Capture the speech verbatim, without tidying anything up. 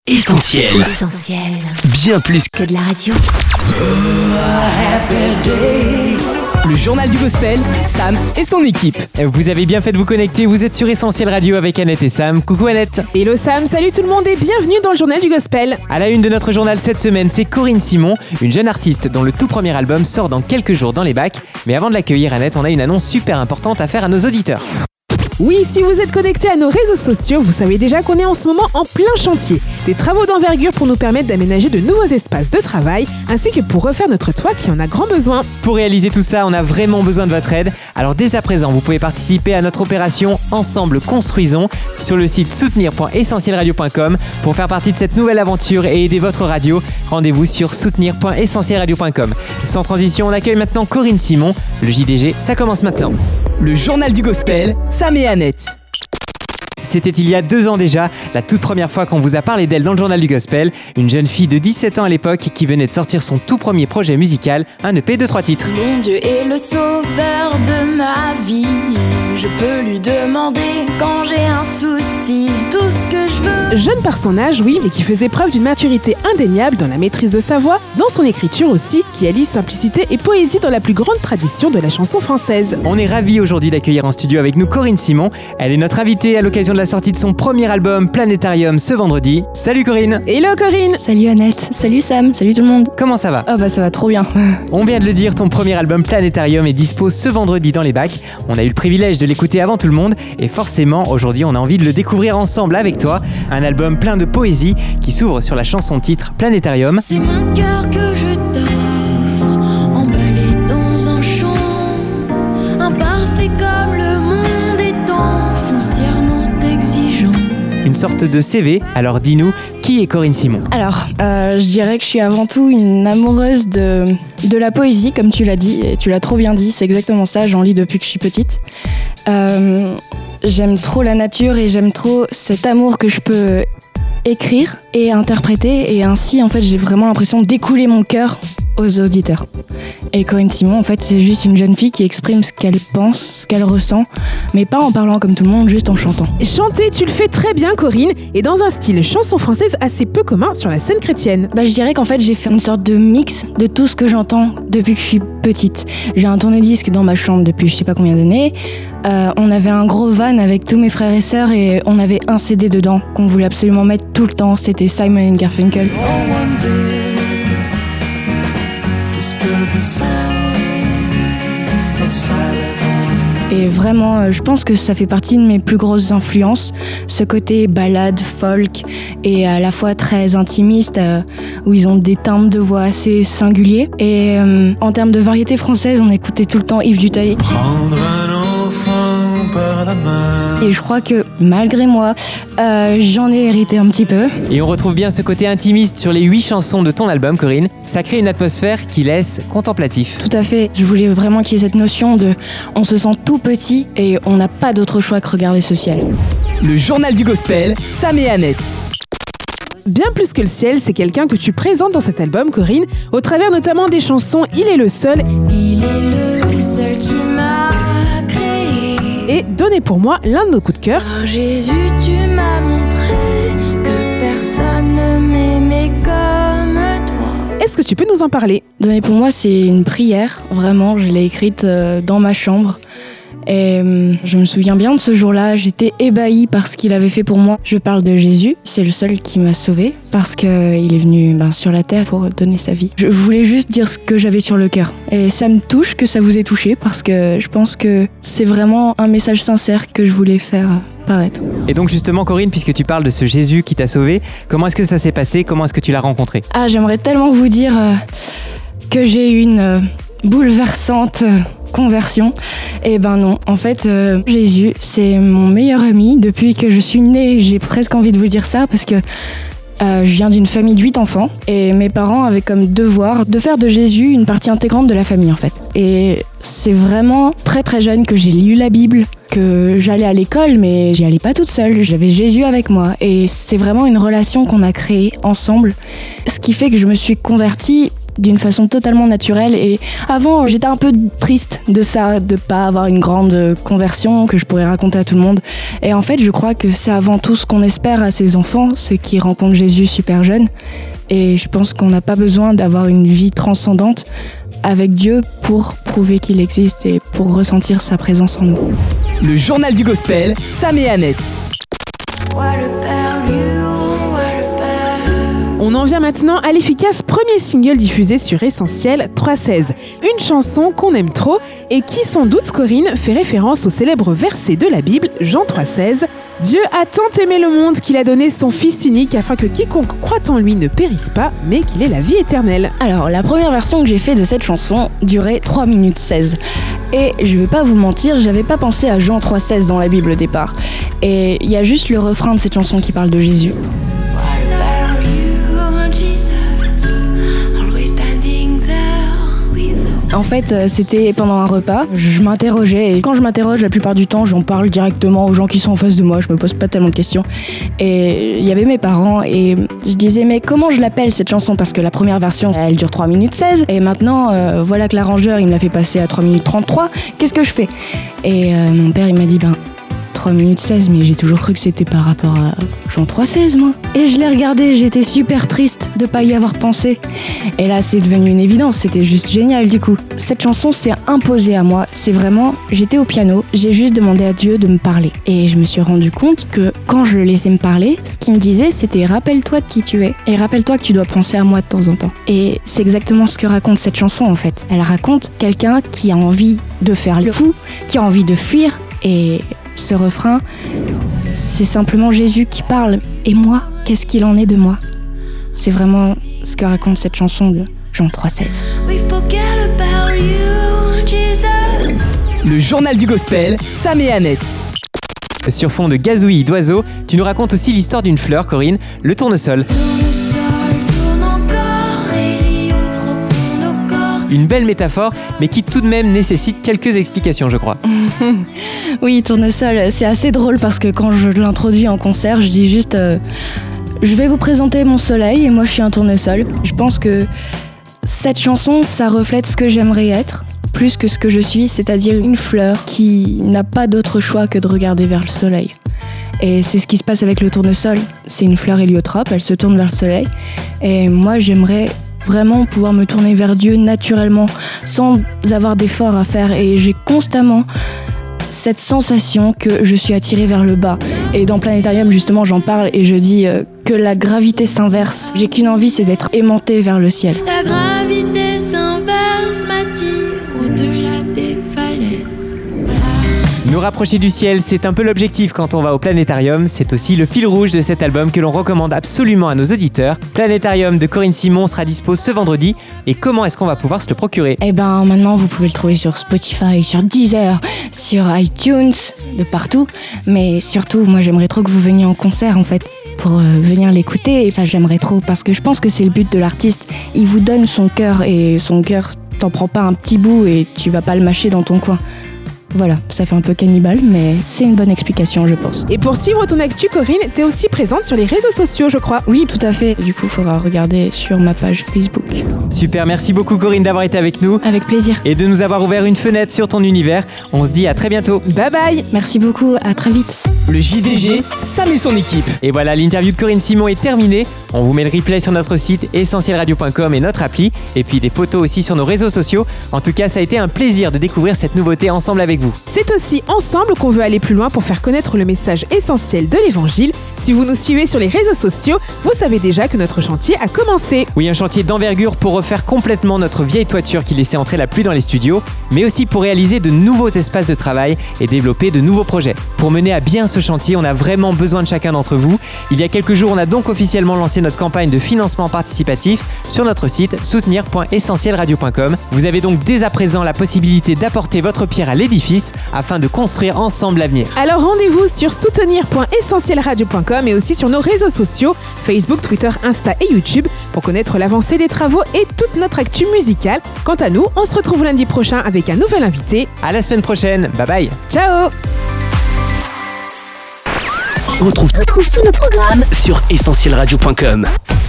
Essentiel. Essentiel. Bien plus Que de la radio. Le journal du gospel, Sam et son équipe. Vous avez bien fait de vous connecter, vous êtes sur Essentiel Radio avec Annette et Sam. Coucou Annette. Hello Sam, salut tout le monde et bienvenue dans le journal du gospel. À la une de notre journal cette semaine, c'est Corinne Simon, une jeune artiste dont le tout premier album sort dans quelques jours dans les bacs. Mais avant de l'accueillir Annette, on a une annonce super importante à faire à nos auditeurs. Oui, si vous êtes connectés à nos réseaux sociaux, vous savez déjà qu'on est en ce moment en plein chantier. Des travaux d'envergure pour nous permettre d'aménager de nouveaux espaces de travail, ainsi que pour refaire notre toit qui en a grand besoin. Pour réaliser tout ça, on a vraiment besoin de votre aide. Alors dès à présent, vous pouvez participer à notre opération Ensemble Construisons sur le site soutenir point essentiel radio point com. Pour faire partie de cette nouvelle aventure et aider votre radio, rendez-vous sur soutenir point essentiel radio point com. Sans transition, on accueille maintenant Corinne Simon. Le J D G, ça commence maintenant. Le journal du gospel, Sam et Annette. C'était il y a deux ans déjà, la toute première fois qu'on vous a parlé d'elle dans le journal du gospel. Une jeune fille de dix-sept ans à l'époque qui venait de sortir son tout premier projet musical, un E P de trois titres. Mon Dieu est le sauveur de ma vie. Je peux lui demander quand j'ai un souci, tout ce que je veux. Jeune par son âge, oui, mais qui faisait preuve d'une maturité indéniable dans la maîtrise de sa voix, dans son écriture aussi, qui allie simplicité et poésie dans la plus grande tradition de la chanson française. On est ravis aujourd'hui d'accueillir en studio avec nous Corinne Simon. Elle est notre invitée à l'occasion de la sortie de son premier album Planétarium ce vendredi. Salut Corinne. Hello Corinne. Salut Annette, salut Sam, salut tout le monde. Comment ça va? Oh bah ça va trop bien. On vient de le dire, ton premier album Planétarium est dispo ce vendredi dans les bacs. On a eu le privilège de l'écouter avant tout le monde et forcément aujourd'hui on a envie de le découvrir ensemble avec toi. Un album plein de poésie qui s'ouvre sur la chanson titre Planétarium. C'est mon cœur que je t'offre, emballé dans un chant, imparfait comme le monde étant foncièrement exigeant. Une sorte de C V, alors dis-nous, qui est Corinne Simon? Alors, euh, je dirais que je suis avant tout une amoureuse de, de la poésie, comme tu l'as dit, et tu l'as trop bien dit, c'est exactement ça, j'en lis depuis que je suis petite. Euh, j'aime trop la nature et j'aime trop cet amour que je peux écrire et interpréter, et ainsi en fait j'ai vraiment l'impression d'écouler mon cœur aux auditeurs. Et Corinne Simon en fait c'est juste une jeune fille qui exprime ce qu'elle pense, ce qu'elle ressent, mais pas en parlant comme tout le monde, juste en chantant. Chanter, tu le fais très bien Corinne, et dans un style chanson française assez peu commun sur la scène chrétienne. Bah je dirais qu'en fait j'ai fait une sorte de mix de tout ce que j'entends depuis que je suis petite. J'ai un tourne-disque dans ma chambre depuis je sais pas combien d'années. Euh, on avait un gros van avec tous mes frères et sœurs et on avait un C D dedans qu'on voulait absolument mettre tout le temps, c'était Simon and Garfunkel. Et vraiment, je pense que ça fait partie de mes plus grosses influences, ce côté ballade, folk et à la fois très intimiste, euh, où ils ont des timbres de voix assez singuliers. Et euh, en termes de variété française, on écoutait tout le temps Yves Duteil. Prendre un enfant par la main. Et je crois que malgré moi, euh, j'en ai hérité un petit peu. Et on retrouve bien ce côté intimiste sur les huit chansons de ton album, Corinne. Ça crée une atmosphère qui laisse contemplatif. Tout à fait. Je voulais vraiment qu'il y ait cette notion de on se sent tout petit et on n'a pas d'autre choix que regarder ce ciel. Le journal du gospel, Sam et Annette. Bien plus que le ciel, c'est quelqu'un que tu présentes dans cet album, Corinne, au travers notamment des chansons Il est le seul. Il est le seul qui m'a créé. Et Donnez pour moi, l'un de nos coups de cœur. Par Jésus, tu m'as montré que personne ne m'aimait comme toi. Est-ce que tu peux nous en parler? Donnez pour moi, c'est une prière, vraiment, je l'ai écrite euh, dans ma chambre. Et euh, je me souviens bien de ce jour-là, j'étais ébahie par ce qu'il avait fait pour moi. Je parle de Jésus, c'est le seul qui m'a sauvée parce qu'il est venu ben, sur la terre pour donner sa vie. Je voulais juste dire ce que j'avais sur le cœur. Et ça me touche que ça vous ait touché parce que je pense que c'est vraiment un message sincère que je voulais faire paraître. Et donc justement Corinne, puisque tu parles de ce Jésus qui t'a sauvé, comment est-ce que ça s'est passé? Comment est-ce que tu l'as rencontré? Ah, j'aimerais tellement vous dire euh, que j'ai eu une euh, bouleversante... Euh, conversion. Et ben non, en fait euh, Jésus c'est mon meilleur ami depuis que je suis née. J'ai presque envie de vous dire ça parce que euh, je viens d'une famille de huit enfants et mes parents avaient comme devoir de faire de Jésus une partie intégrante de la famille en fait. Et c'est vraiment très très jeune que j'ai lu la Bible, que j'allais à l'école mais j'y allais pas toute seule, j'avais Jésus avec moi et c'est vraiment une relation qu'on a créée ensemble, ce qui fait que je me suis convertie d'une façon totalement naturelle. Et avant, j'étais un peu triste de ça, de pas avoir une grande conversion que je pourrais raconter à tout le monde. Et en fait, je crois que c'est avant tout ce qu'on espère à ses enfants, c'est qu'ils rencontrent Jésus super jeune. Et je pense qu'on n'a pas besoin d'avoir une vie transcendante avec Dieu pour prouver qu'il existe et pour ressentir sa présence en nous. Le journal du gospel, Sam et Annette. Ouais, le père, lui, ouais, le père. On en vient maintenant à l'efficace premier single diffusé sur Essentiel, trois seize. Une chanson qu'on aime trop et qui, sans doute, Corinne, fait référence au célèbre verset de la Bible, Jean trois seize. Dieu a tant aimé le monde qu'il a donné son Fils unique afin que quiconque croit en lui ne périsse pas, mais qu'il ait la vie éternelle. Alors, la première version que j'ai faite de cette chanson durait trois minutes seize. Et je vais pas vous mentir, j'avais pas pensé à Jean trois seize dans la Bible au départ. Et il y a juste le refrain de cette chanson qui parle de Jésus. En fait, c'était pendant un repas, je m'interrogeais et quand je m'interroge, la plupart du temps, j'en parle directement aux gens qui sont en face de moi, je me pose pas tellement de questions. Et il y avait mes parents et je disais mais comment je l'appelle cette chanson, parce que la première version, elle dure trois minutes seize et maintenant, euh, voilà que l'arrangeur, il me l'a fait passer à trois minutes trente-trois, qu'est-ce que je fais? Et euh, mon père, il m'a dit ben trois minutes seize, mais j'ai toujours cru que c'était par rapport à Jean trois seize, moi. Et je l'ai regardé, j'étais super triste de pas y avoir pensé. Et là, c'est devenu une évidence, c'était juste génial du coup. Cette chanson s'est imposée à moi, c'est vraiment, j'étais au piano, j'ai juste demandé à Dieu de me parler. Et je me suis rendu compte que quand je le laissais me parler, ce qu'il me disait, c'était rappelle-toi de qui tu es. Et rappelle-toi que tu dois penser à moi de temps en temps. Et c'est exactement ce que raconte cette chanson en fait. Elle raconte quelqu'un qui a envie de faire le fou, qui a envie de fuir, et ce refrain, c'est simplement Jésus qui parle. Et moi, qu'est-ce qu'il en est de moi? C'est vraiment ce que raconte cette chanson de Jean trois seize. Le journal du gospel, Sam et Annette. Sur fond de gazouillis d'oiseaux, tu nous racontes aussi l'histoire d'une fleur, Corinne, le tournesol. Une belle métaphore, mais qui tout de même nécessite quelques explications, je crois. Oui, tournesol, c'est assez drôle parce que quand je l'introduis en concert, je dis juste euh, je vais vous présenter mon soleil et moi je suis un tournesol. Je pense que cette chanson, ça reflète ce que j'aimerais être, plus que ce que je suis, c'est-à-dire une fleur qui n'a pas d'autre choix que de regarder vers le soleil. Et c'est ce qui se passe avec le tournesol. C'est une fleur héliotrope, elle se tourne vers le soleil. Et moi, j'aimerais vraiment pouvoir me tourner vers Dieu naturellement, sans avoir d'efforts à faire. Et j'ai constamment cette sensation que je suis attirée vers le bas. Et dans Planétarium, justement, j'en parle et je dis euh, que la gravité s'inverse. J'ai qu'une envie, c'est d'être aimantée vers le ciel. La gravité s'inverse, m'attire au-delà des falaises. Nous rapprocher du ciel, c'est un peu l'objectif quand on va au Planétarium. C'est aussi le fil rouge de cet album que l'on recommande absolument à nos auditeurs. Planétarium de Corinne Simon sera dispo ce vendredi. Et comment est-ce qu'on va pouvoir se le procurer? Eh ben maintenant, vous pouvez le trouver sur Spotify, sur Deezer, sur iTunes, de partout. Mais surtout, moi j'aimerais trop que vous veniez en concert en fait, pour euh, venir l'écouter. Et ça, j'aimerais trop parce que je pense que c'est le but de l'artiste. Il vous donne son cœur et son cœur, t'en prends pas un petit bout et tu vas pas le mâcher dans ton coin. Voilà, ça fait un peu cannibale, mais c'est une bonne explication, je pense. Et pour suivre ton actu, Corinne, t'es aussi présente sur les réseaux sociaux, je crois. Oui, tout à fait. Du coup, il faudra regarder sur ma page Facebook. Super, merci beaucoup Corinne d'avoir été avec nous. Avec plaisir. Et de nous avoir ouvert une fenêtre sur ton univers. On se dit à très bientôt. Bye bye. Merci beaucoup, à très vite. Le J D G, Sam et son équipe. Et voilà, l'interview de Corinne Simon est terminée. On vous met le replay sur notre site essentiel radio point com et notre appli. Et puis des photos aussi sur nos réseaux sociaux. En tout cas, ça a été un plaisir de découvrir cette nouveauté ensemble avec vous. C'est aussi ensemble qu'on veut aller plus loin pour faire connaître le message essentiel de l'Évangile. Si vous nous suivez sur les réseaux sociaux, vous savez déjà que notre chantier a commencé. Oui, un chantier d'envergure pour refaire complètement notre vieille toiture qui laissait entrer la pluie dans les studios, mais aussi pour réaliser de nouveaux espaces de travail et développer de nouveaux projets. Pour mener à bien ce chantier, on a vraiment besoin de chacun d'entre vous. Il y a quelques jours, on a donc officiellement lancé notre campagne de financement participatif sur notre site soutenir point essentiel radio point com. Vous avez donc dès à présent la possibilité d'apporter votre pierre à l'édifice afin de construire ensemble l'avenir. Alors rendez-vous sur soutenir point essentiel radio point com et aussi sur nos réseaux sociaux, Facebook, Twitter, Insta et YouTube pour connaître l'avancée des travaux et toute notre actu musicale. Quant à nous, on se retrouve lundi prochain avec un nouvel invité. À la semaine prochaine, bye bye. Ciao. Retrouve, retrouve tous nos programmes sur essentiel radio point com.